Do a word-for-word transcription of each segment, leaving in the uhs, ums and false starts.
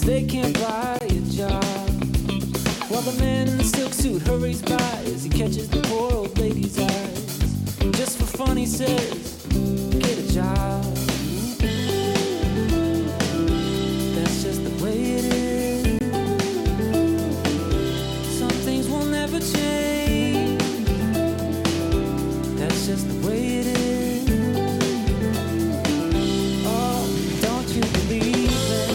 they can't buy a job. While the man in the silk suit hurries by as he catches the poor old lady's eyes. Just for fun he says, get a job. That's just the way it is. Some things will never change. That's just the way it is. Oh, don't you believe it?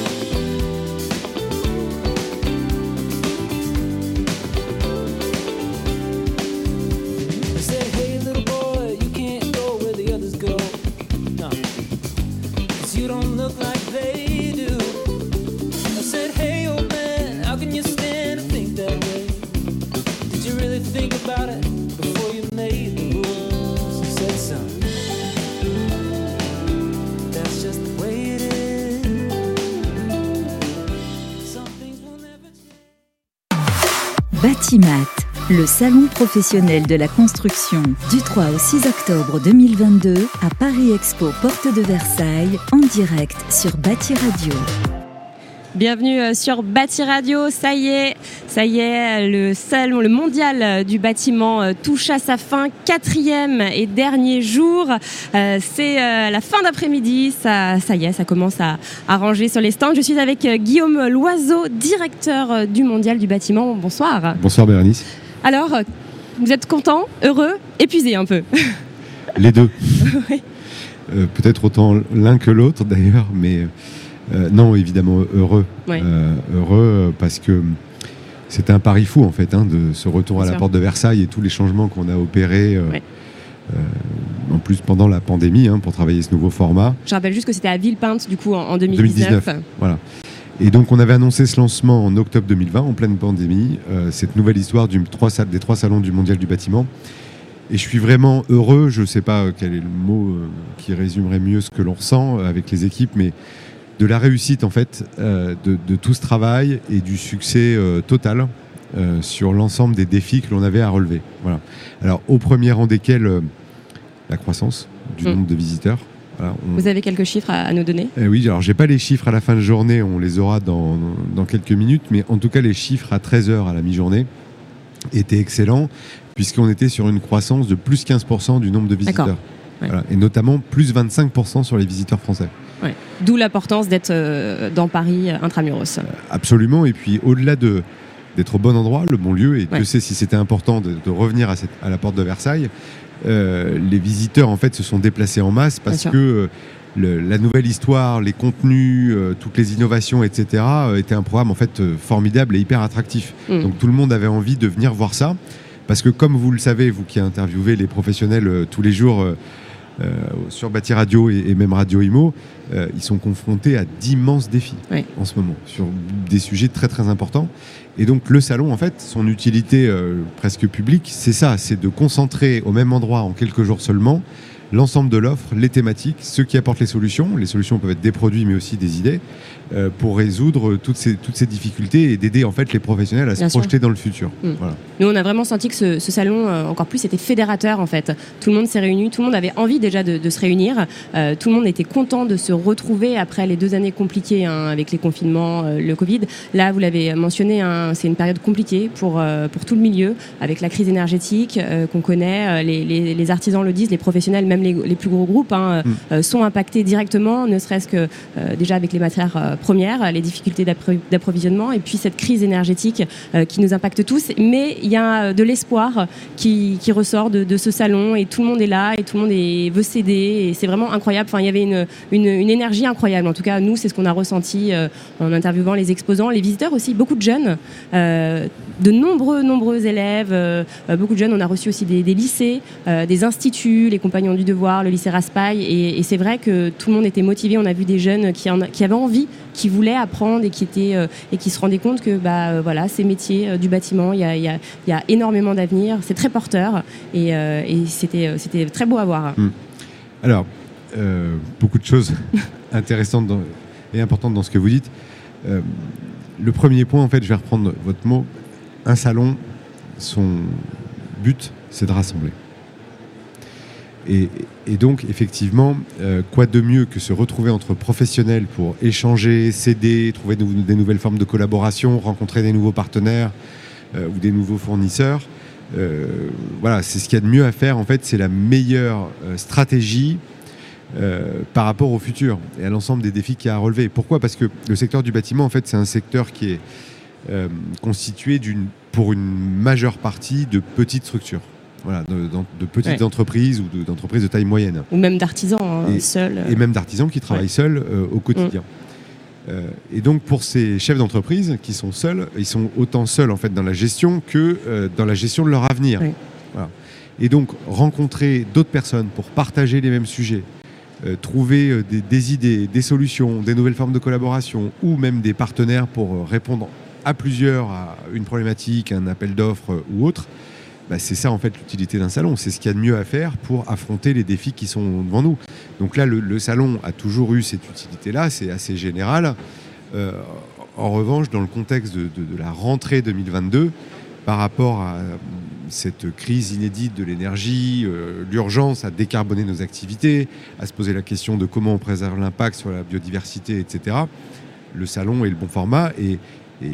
I said, hey little boy, you can't go where the others go. No, 'cause you don't look like they do. I said, hey old man, how can you stand to think that way? Did you really think about it before you made the rules? He said, son, that's just the way it is. Some things will never change. Batimat, le salon professionnel de la construction, du trois au six octobre deux mille vingt-deux à Paris Expo, porte de Versailles, en direct sur Bâti Radio. Bienvenue euh, sur Bâti Radio, ça y est, ça y est, le salon, le mondial du bâtiment euh, touche à sa fin, quatrième et dernier jour. Euh, c'est euh, la fin d'après-midi, ça, ça y est, ça commence à, à ranger sur les stands. Je suis avec euh, Guillaume Loiseau, directeur euh, du mondial du bâtiment. Bonsoir. Bonsoir Bérénice. Alors, euh, vous êtes content, heureux, épuisé un peu? Les deux. Oui. Euh, peut-être autant l'un que l'autre d'ailleurs, mais euh, non, évidemment heureux. Ouais. Euh, heureux parce que c'était un pari fou en fait, hein, de ce retour Bien à la sûr. porte de Versailles et tous les changements qu'on a opérés. Euh, Ouais. euh, en plus pendant la pandémie, hein, pour travailler ce nouveau format. Je rappelle juste que c'était à Villepinte, du coup, en, en deux mille dix-neuf. deux mille dix-neuf. Voilà. Et donc on avait annoncé ce lancement en octobre deux mille vingt, en pleine pandémie, euh, cette nouvelle histoire du, trois, salles- des trois salons du mondial du bâtiment. Et je suis vraiment heureux, je ne sais pas quel est le mot euh, qui résumerait mieux ce que l'on ressent euh, avec les équipes, mais de la réussite en fait, euh, de, de tout ce travail et du succès euh, total euh, sur l'ensemble des défis que l'on avait à relever. Voilà. Alors au premier rang desquels euh, la croissance du Mm. nombre de visiteurs. Voilà, on- Vous avez quelques chiffres à, à nous donner? eh oui, alors j'ai pas les chiffres à la fin de journée, on les aura dans, dans quelques minutes, mais en tout cas les chiffres à treize heures à la mi-journée étaient excellents, puisqu'on était sur une croissance de plus quinze pour cent du nombre de visiteurs. D'accord. Ouais. Voilà, et notamment plus vingt-cinq pour cent sur les visiteurs français. Ouais. D'où l'importance d'être euh, dans Paris euh, intramuros. Absolument, et puis au-delà de, d'être au bon endroit, le bon lieu, et Ouais. Dieu sait si c'était important de, de revenir à, cette, à la porte de Versailles, euh, les visiteurs en fait se sont déplacés en masse Bien parce sûr. que euh, le- la nouvelle histoire, les contenus, euh, toutes les innovations, et cetera euh, était un programme en fait euh, formidable et hyper attractif. Mm. Donc tout le monde avait envie de venir voir ça, parce que comme vous le savez, vous qui interviewez les professionnels euh, tous les jours euh, euh, sur Bâti Radio et, et même Radio Imo, euh, ils sont confrontés à d'immenses défis Oui. en ce moment, sur des sujets très très importants. Et donc le salon, en fait, son utilité euh, presque publique, c'est ça, c'est de concentrer au même endroit en quelques jours seulement l'ensemble de l'offre, les thématiques, ceux qui apportent les solutions. Les solutions peuvent être des produits, mais aussi des idées, euh, pour résoudre toutes ces, toutes ces difficultés et d'aider en fait les professionnels à Bien se sûr. projeter dans le futur. Mm. Voilà. Nous, on a vraiment senti que ce, ce salon, euh, encore plus, était fédérateur en fait. Tout le monde s'est réuni, tout le monde avait envie déjà de, de se réunir. Euh, tout le monde était content de se retrouver après les deux années compliquées hein, avec les confinements, euh, le Covid. Là, vous l'avez mentionné, hein, c'est une période compliquée pour, euh, pour tout le milieu, avec la crise énergétique euh, qu'on connaît. Euh, les, les, les artisans le disent, les professionnels, même les, les plus gros groupes, hein, Mm. euh, sont impactés directement, ne serait-ce que euh, déjà avec les matières euh, premières, les difficultés d'appro- d'approvisionnement, et puis cette crise énergétique euh, qui nous impacte tous. Mais il y a euh, de l'espoir qui, qui ressort de, de ce salon, et tout le monde est là, et tout le monde est, veut s'aider, et c'est vraiment incroyable. Enfin, il y avait une, une, une énergie incroyable. En tout cas, nous, c'est ce qu'on a ressenti euh, en interviewant les exposants, les visiteurs aussi, beaucoup de jeunes, euh, de nombreux, nombreux élèves, euh, euh, beaucoup de jeunes. On a reçu aussi des, des lycées, euh, des instituts, les Compagnons du Devoir, le lycée Raspail, et, et c'est vrai que tout le monde était motivé. On a vu des jeunes qui, en, qui avaient envie, qui voulaient apprendre et qui, étaient, euh, et qui se rendaient compte que bah, euh, voilà, ces métiers euh, du bâtiment, il y a, il y a, il y a énormément d'avenir, c'est très porteur, et, euh, et c'était, euh, c'était très beau à voir. Mm. Alors, euh, beaucoup de choses intéressantes dans- et importantes dans ce que vous dites. Euh, le premier point, en fait, je vais reprendre votre mot. Un salon, son but, c'est de rassembler. Et, et donc, effectivement, euh, quoi de mieux que se retrouver entre professionnels pour échanger, s'aider, trouver de, des nouvelles formes de collaboration, rencontrer des nouveaux partenaires euh, ou des nouveaux fournisseurs. Euh, voilà, c'est ce qu'il y a de mieux à faire. En fait, c'est la meilleure euh, stratégie euh, par rapport au futur et à l'ensemble des défis qu'il y a à relever. Pourquoi ? Parce que le secteur du bâtiment, en fait, c'est un secteur qui est euh, constitué d'une, pour une majeure partie de petites structures. Voilà, de, de, de petites ouais. entreprises ou de, d'entreprises de taille moyenne. Ou même d'artisans hein, et, seuls. Et même d'artisans qui travaillent ouais. seuls euh, au quotidien. Mmh. Euh, et donc pour ces chefs d'entreprise qui sont seuls, ils sont autant seuls en fait dans la gestion que euh, dans la gestion de leur avenir. Oui. Voilà. Et donc rencontrer d'autres personnes pour partager les mêmes sujets, euh, trouver euh, des, des idées, des solutions, des nouvelles formes de collaboration ou même des partenaires pour euh, répondre à plusieurs à une problématique, un appel d'offres euh, ou autre. Bah, c'est ça en fait l'utilité d'un salon, c'est ce qu'il y a de mieux à faire pour affronter les défis qui sont devant nous. Donc là, le, le salon a toujours eu cette utilité-là, c'est assez général. Euh, en revanche, dans le contexte de, de, de la rentrée deux mille vingt-deux, par rapport à cette crise inédite de l'énergie, euh, l'urgence à décarboner nos activités, à se poser la question de comment on préserve l'impact sur la biodiversité, et cetera, le salon est le bon format et Et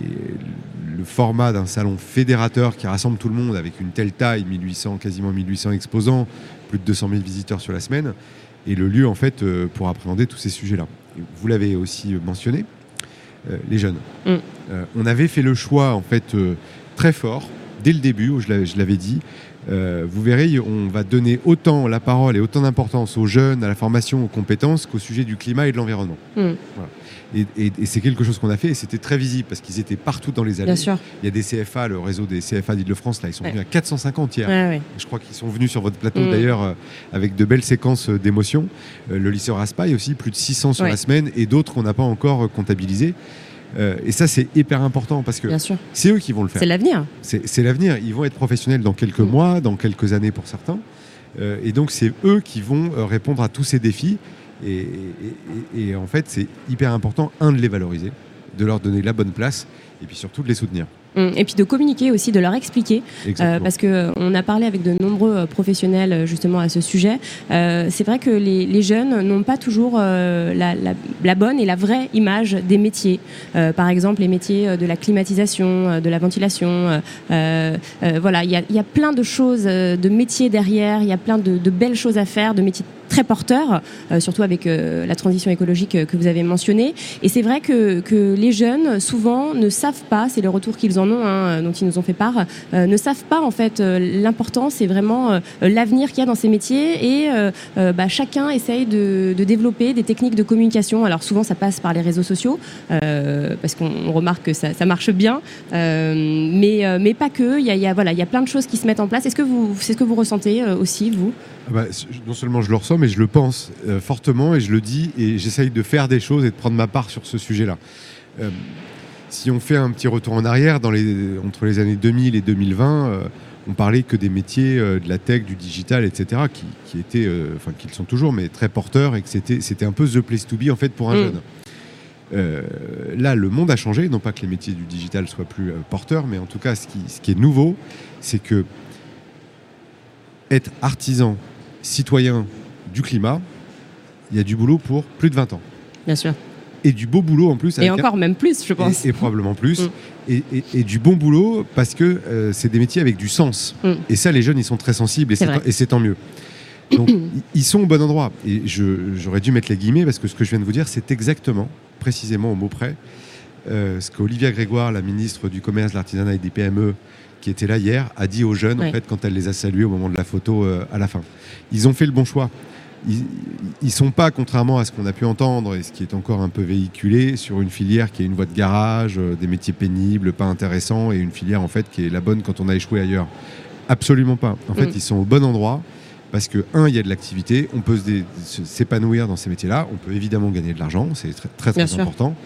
le format d'un salon fédérateur qui rassemble tout le monde avec une telle taille, mille huit cents, quasiment mille huit cents exposants, plus de deux cent mille visiteurs sur la semaine, est le lieu en fait pour appréhender tous ces sujets-là. Et vous l'avez aussi mentionné, euh, les jeunes. Mm. Euh, on avait fait le choix en fait euh, très fort dès le début, où je l'avais, je l'avais dit. Euh, vous verrez, on va donner autant la parole et autant d'importance aux jeunes, à la formation, aux compétences qu'au sujet du climat et de l'environnement. Mm. Voilà. Et, et, et c'est quelque chose qu'on a fait et c'était très visible parce qu'ils étaient partout dans les allées. Bien sûr. Il y a des C F A, le réseau des C F A d'Île-de-France, là, ils sont ouais. venus à quatre cent cinquante hier. Ouais, ouais. Je crois qu'ils sont venus sur votre plateau mm. d'ailleurs euh, avec de belles séquences euh, d'émotions. Euh, le lycée Raspail aussi, plus de six cents sur ouais. la semaine et d'autres qu'on n'a pas encore euh, comptabilisés. Euh, et ça, c'est hyper important parce que c'est eux qui vont le faire. C'est l'avenir. C'est, c'est l'avenir. Ils vont être professionnels dans quelques mmh. mois, dans quelques années pour certains. Euh, et donc, c'est eux qui vont euh, répondre à tous ces défis. Et, et, et, et en fait, c'est hyper important, un, de les valoriser, de leur donner la bonne place et puis surtout de les soutenir. Et puis de communiquer aussi, de leur expliquer, euh, parce qu'on a parlé avec de nombreux professionnels justement à ce sujet. Euh, c'est vrai que les, les jeunes n'ont pas toujours euh, la, la, la bonne et la vraie image des métiers. Euh, par exemple, les métiers de la climatisation, de la ventilation. Euh, euh, voilà, il y a, y a plein de choses, de métiers derrière, il y a plein de, de belles choses à faire, de métiers très porteurs, euh, surtout avec euh, la transition écologique euh, que vous avez mentionnée. Et c'est vrai que, que les jeunes, souvent, ne savent pas, c'est le retour qu'ils en ont, hein, dont ils nous ont fait part, euh, ne savent pas, en fait, euh, l'importance et vraiment euh, l'avenir qu'il y a dans ces métiers. Et euh, euh, bah, chacun essaye de, de développer des techniques de communication. Alors souvent, ça passe par les réseaux sociaux, euh, parce qu'on remarque que ça, ça marche bien, euh, mais, euh, mais pas que. Il y a, il y a, voilà, il y a plein de choses qui se mettent en place. Est-ce que vous, c'est ce que vous ressentez euh, aussi, vous ? Bah, non seulement je le ressens, mais je le pense euh, fortement et je le dis et j'essaye de faire des choses et de prendre ma part sur ce sujet-là. Euh, si on fait un petit retour en arrière, dans les, entre les années deux mille et deux mille vingt, euh, on parlait que des métiers euh, de la tech, du digital, et cetera, qui, qui étaient, euh, enfin, qui le sont toujours, mais très porteurs et que c'était, c'était un peu the place to be en fait pour un mmh. jeune. Euh, là, le monde a changé, non pas que les métiers du digital soient plus euh, porteurs, mais en tout cas, ce qui, ce qui est nouveau, c'est que être artisan, citoyen du climat, il y a du boulot pour plus de vingt ans. Bien sûr. Et du beau boulot en plus. Et encore un... même plus, je pense. Et, et probablement plus. Mm. Et, et, et du bon boulot parce que euh, c'est des métiers avec du sens. Mm. Et ça, les jeunes, ils sont très sensibles et c'est, c'est, t- et c'est tant mieux. Donc, ils sont au bon endroit. Et je, j'aurais dû mettre les guillemets parce que ce que je viens de vous dire, c'est exactement, précisément au mot près, euh, ce qu'Olivia Grégoire, la ministre du Commerce, de l'Artisanat et des P M E, qui était là hier, a dit aux jeunes, ouais. en fait, quand elle les a salués au moment de la photo euh, à la fin. Ils ont fait le bon choix. Ils ne sont pas, contrairement à ce qu'on a pu entendre et ce qui est encore un peu véhiculé, sur une filière qui est une voie de garage, euh, des métiers pénibles, pas intéressants, et une filière en fait qui est la bonne quand on a échoué ailleurs. Absolument pas. En fait, mm. ils sont au bon endroit parce que, un, il y a de l'activité, on peut se dé- s'épanouir dans ces métiers-là, on peut évidemment gagner de l'argent, c'est très très, très important.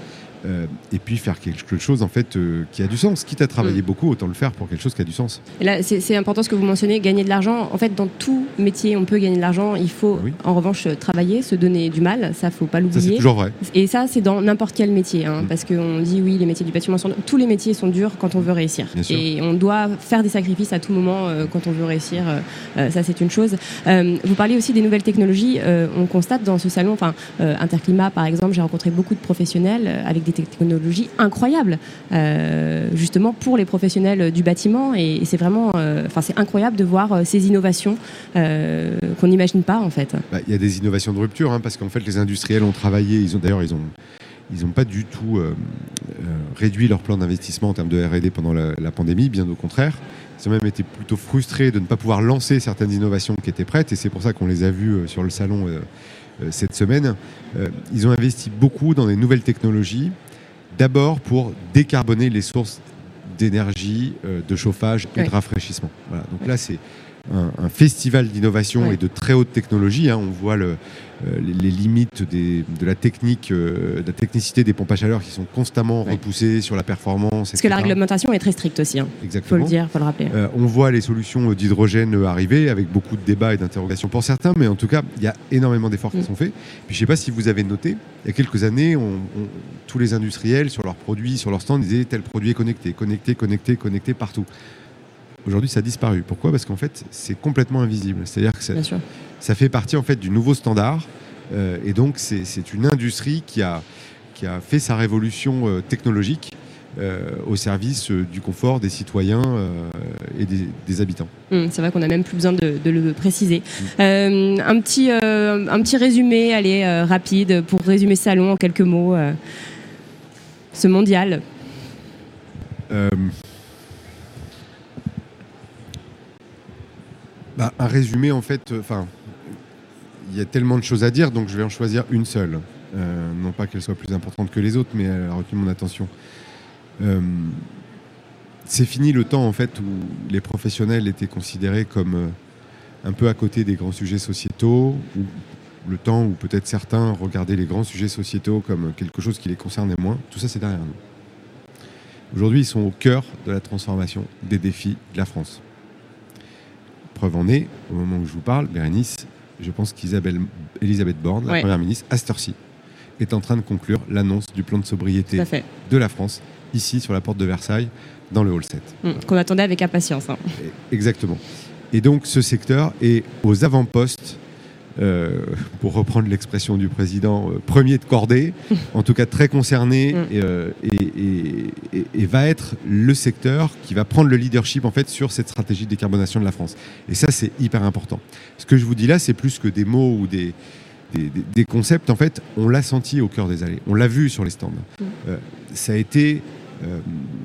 Euh, et puis faire quelque chose en fait euh, qui a du sens. Quitte à travailler mmh. beaucoup, autant le faire pour quelque chose qui a du sens. Et là, c'est, c'est important ce que vous mentionnez, gagner de l'argent. En fait, dans tout métier, on peut gagner de l'argent. Il faut, oui. en revanche, travailler, se donner du mal. Ça, faut pas l'oublier. Ça, c'est toujours vrai. Et ça, c'est dans n'importe quel métier, hein, mmh. parce qu'on dit oui, les métiers du bâtiment sont tous les métiers sont durs quand on veut réussir. Et on doit faire des sacrifices à tout moment euh, quand on veut réussir. Euh, ça, c'est une chose. Euh, vous parlez aussi des nouvelles technologies. Euh, on constate dans ce salon, enfin, euh, Interclimat, par exemple, j'ai rencontré beaucoup de professionnels euh, avec des technologies incroyable, euh, justement pour les professionnels du bâtiment, et, et c'est vraiment, euh, enfin c'est incroyable de voir euh, ces innovations euh, qu'on n'imagine pas en fait. Bah, y a des innovations de rupture, hein, parce qu'en fait les industriels ont travaillé, ils ont d'ailleurs ils ont ils n'ont pas du tout euh, euh, réduit leur plan d'investissement en termes de R et D pendant la, la pandémie, bien au contraire. Ils ont même été plutôt frustrés de ne pas pouvoir lancer certaines innovations qui étaient prêtes, et c'est pour ça qu'on les a vues euh, sur le salon euh, euh, cette semaine. Euh, ils ont investi beaucoup dans des nouvelles technologies. D'abord pour décarboner les sources d'énergie, euh, de chauffage et oui. de rafraîchissement. Voilà. Donc oui. là, c'est un, un festival d'innovation oui. et de très haute technologie. Hein. On voit le, euh, les, les limites des, de la technique, euh, de la technicité des pompes à chaleur qui sont constamment oui. repoussées sur la performance. Parce et cetera. Que la réglementation est très stricte aussi. Hein. Exactement. Il faut le dire, il faut le rappeler. Euh, on voit les solutions d'hydrogène arriver avec beaucoup de débats et d'interrogations pour certains, mais en tout cas, il y a énormément d'efforts mmh. qui sont faits. Puis, je ne sais pas si vous avez noté, il y a quelques années, on, on, tous les industriels, sur leurs produits, sur leur stand, disaient tel produit est connecté, connecté, connecté, connecté partout. Aujourd'hui, ça a disparu. Pourquoi ? Parce qu'en fait, c'est complètement invisible. C'est-à-dire que ça, ça fait partie en fait, du nouveau standard. Euh, et donc, c'est, c'est une industrie qui a, qui a fait sa révolution euh, technologique euh, au service euh, du confort des citoyens euh, et des, des habitants. Mmh, c'est vrai qu'on n'a même plus besoin de, de le préciser. Mmh. Euh, un, petit, euh, un petit résumé, allez, euh, rapide, pour résumer ce salon en quelques mots. Euh, ce mondial. Euh... Bah, un résumé, en fait, enfin, il y a tellement de choses à dire, donc je vais en choisir une seule. Euh, non pas qu'elle soit plus importante que les autres, mais elle a retenu mon attention. Euh, c'est fini le temps, en fait, où les professionnels étaient considérés comme euh, un peu à côté des grands sujets sociétaux, ou le temps où peut-être certains regardaient les grands sujets sociétaux comme quelque chose qui les concernait moins. Tout ça, c'est derrière nous. Aujourd'hui, ils sont au cœur de la transformation des défis de la France. Preuve en est, au moment où je vous parle, Bérénice, je pense qu'Elisabeth Borne, la ouais. Première ministre, à cette heure-ci, est en train de conclure l'annonce du plan de sobriété de la France, ici, sur la porte de Versailles, dans le hall sept. Mmh, qu'on attendait avec impatience. Hein. Exactement. Et donc, ce secteur est aux avant-postes, euh, pour reprendre l'expression du président, euh, premier de cordée, en tout cas très concerné, mmh. et, euh, et, et, et, et va être le secteur qui va prendre le leadership en fait, sur cette stratégie de décarbonation de la France. Et ça, c'est hyper important. Ce que je vous dis là, c'est plus que des mots ou des, des, des, des concepts. En fait, on l'a senti au cœur des allées. On l'a vu sur les stands. Mmh. Euh, ça a été euh,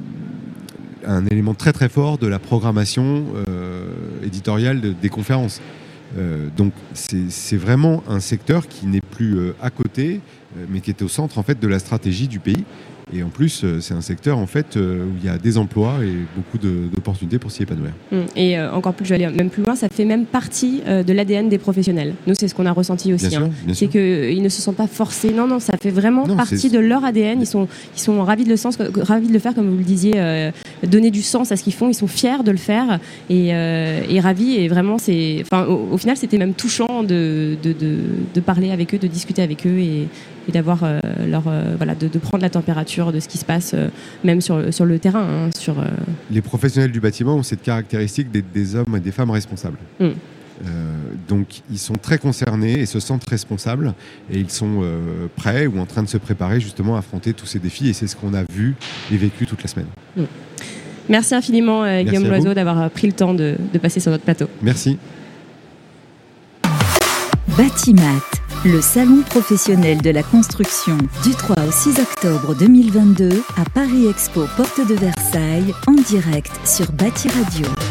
un élément très très fort de la programmation euh, éditoriale de, des conférences. Euh, donc c'est, c'est vraiment un secteur qui n'est plus euh, à côté, euh, mais qui est au centre en fait de la stratégie du pays. Et en plus, euh, c'est un secteur en fait euh, où il y a des emplois et beaucoup de, d'opportunités pour s'y épanouir. Et euh, encore plus, je vais aller même plus loin, ça fait même partie euh, de l'A D N des professionnels. Nous, c'est ce qu'on a ressenti aussi. Bien hein. sûr, bien c'est sûr. qu'ils ne se sentent pas forcés. Non, non, ça fait vraiment non, partie c'est... de leur A D N. Ils sont, ils sont ravis de le sens, ravis de le faire, comme vous le disiez, euh, donner du sens à ce qu'ils font. Ils sont fiers de le faire et, euh, et ravis. Et vraiment, c'est, enfin, au, au final, c'était même touchant de, de, de, de parler avec eux, de discuter avec eux et, et d'avoir euh, leur, euh, voilà, de, de prendre la température de ce qui se passe, euh, même sur, sur le terrain. Hein, sur, euh... Les professionnels du bâtiment ont cette caractéristique d'être des hommes et des femmes responsables. Mm. Euh, donc, ils sont très concernés et se sentent responsables et ils sont euh, prêts ou en train de se préparer justement à affronter tous ces défis et c'est ce qu'on a vu et vécu toute la semaine. Mm. Merci infiniment, euh, Merci Guillaume Loiseau, d'avoir pris le temps de, de passer sur notre plateau. Merci. Batimat, le salon professionnel de la construction, du trois au six octobre deux mille vingt-deux à Paris Expo, porte de Versailles, en direct sur Bâti Radio.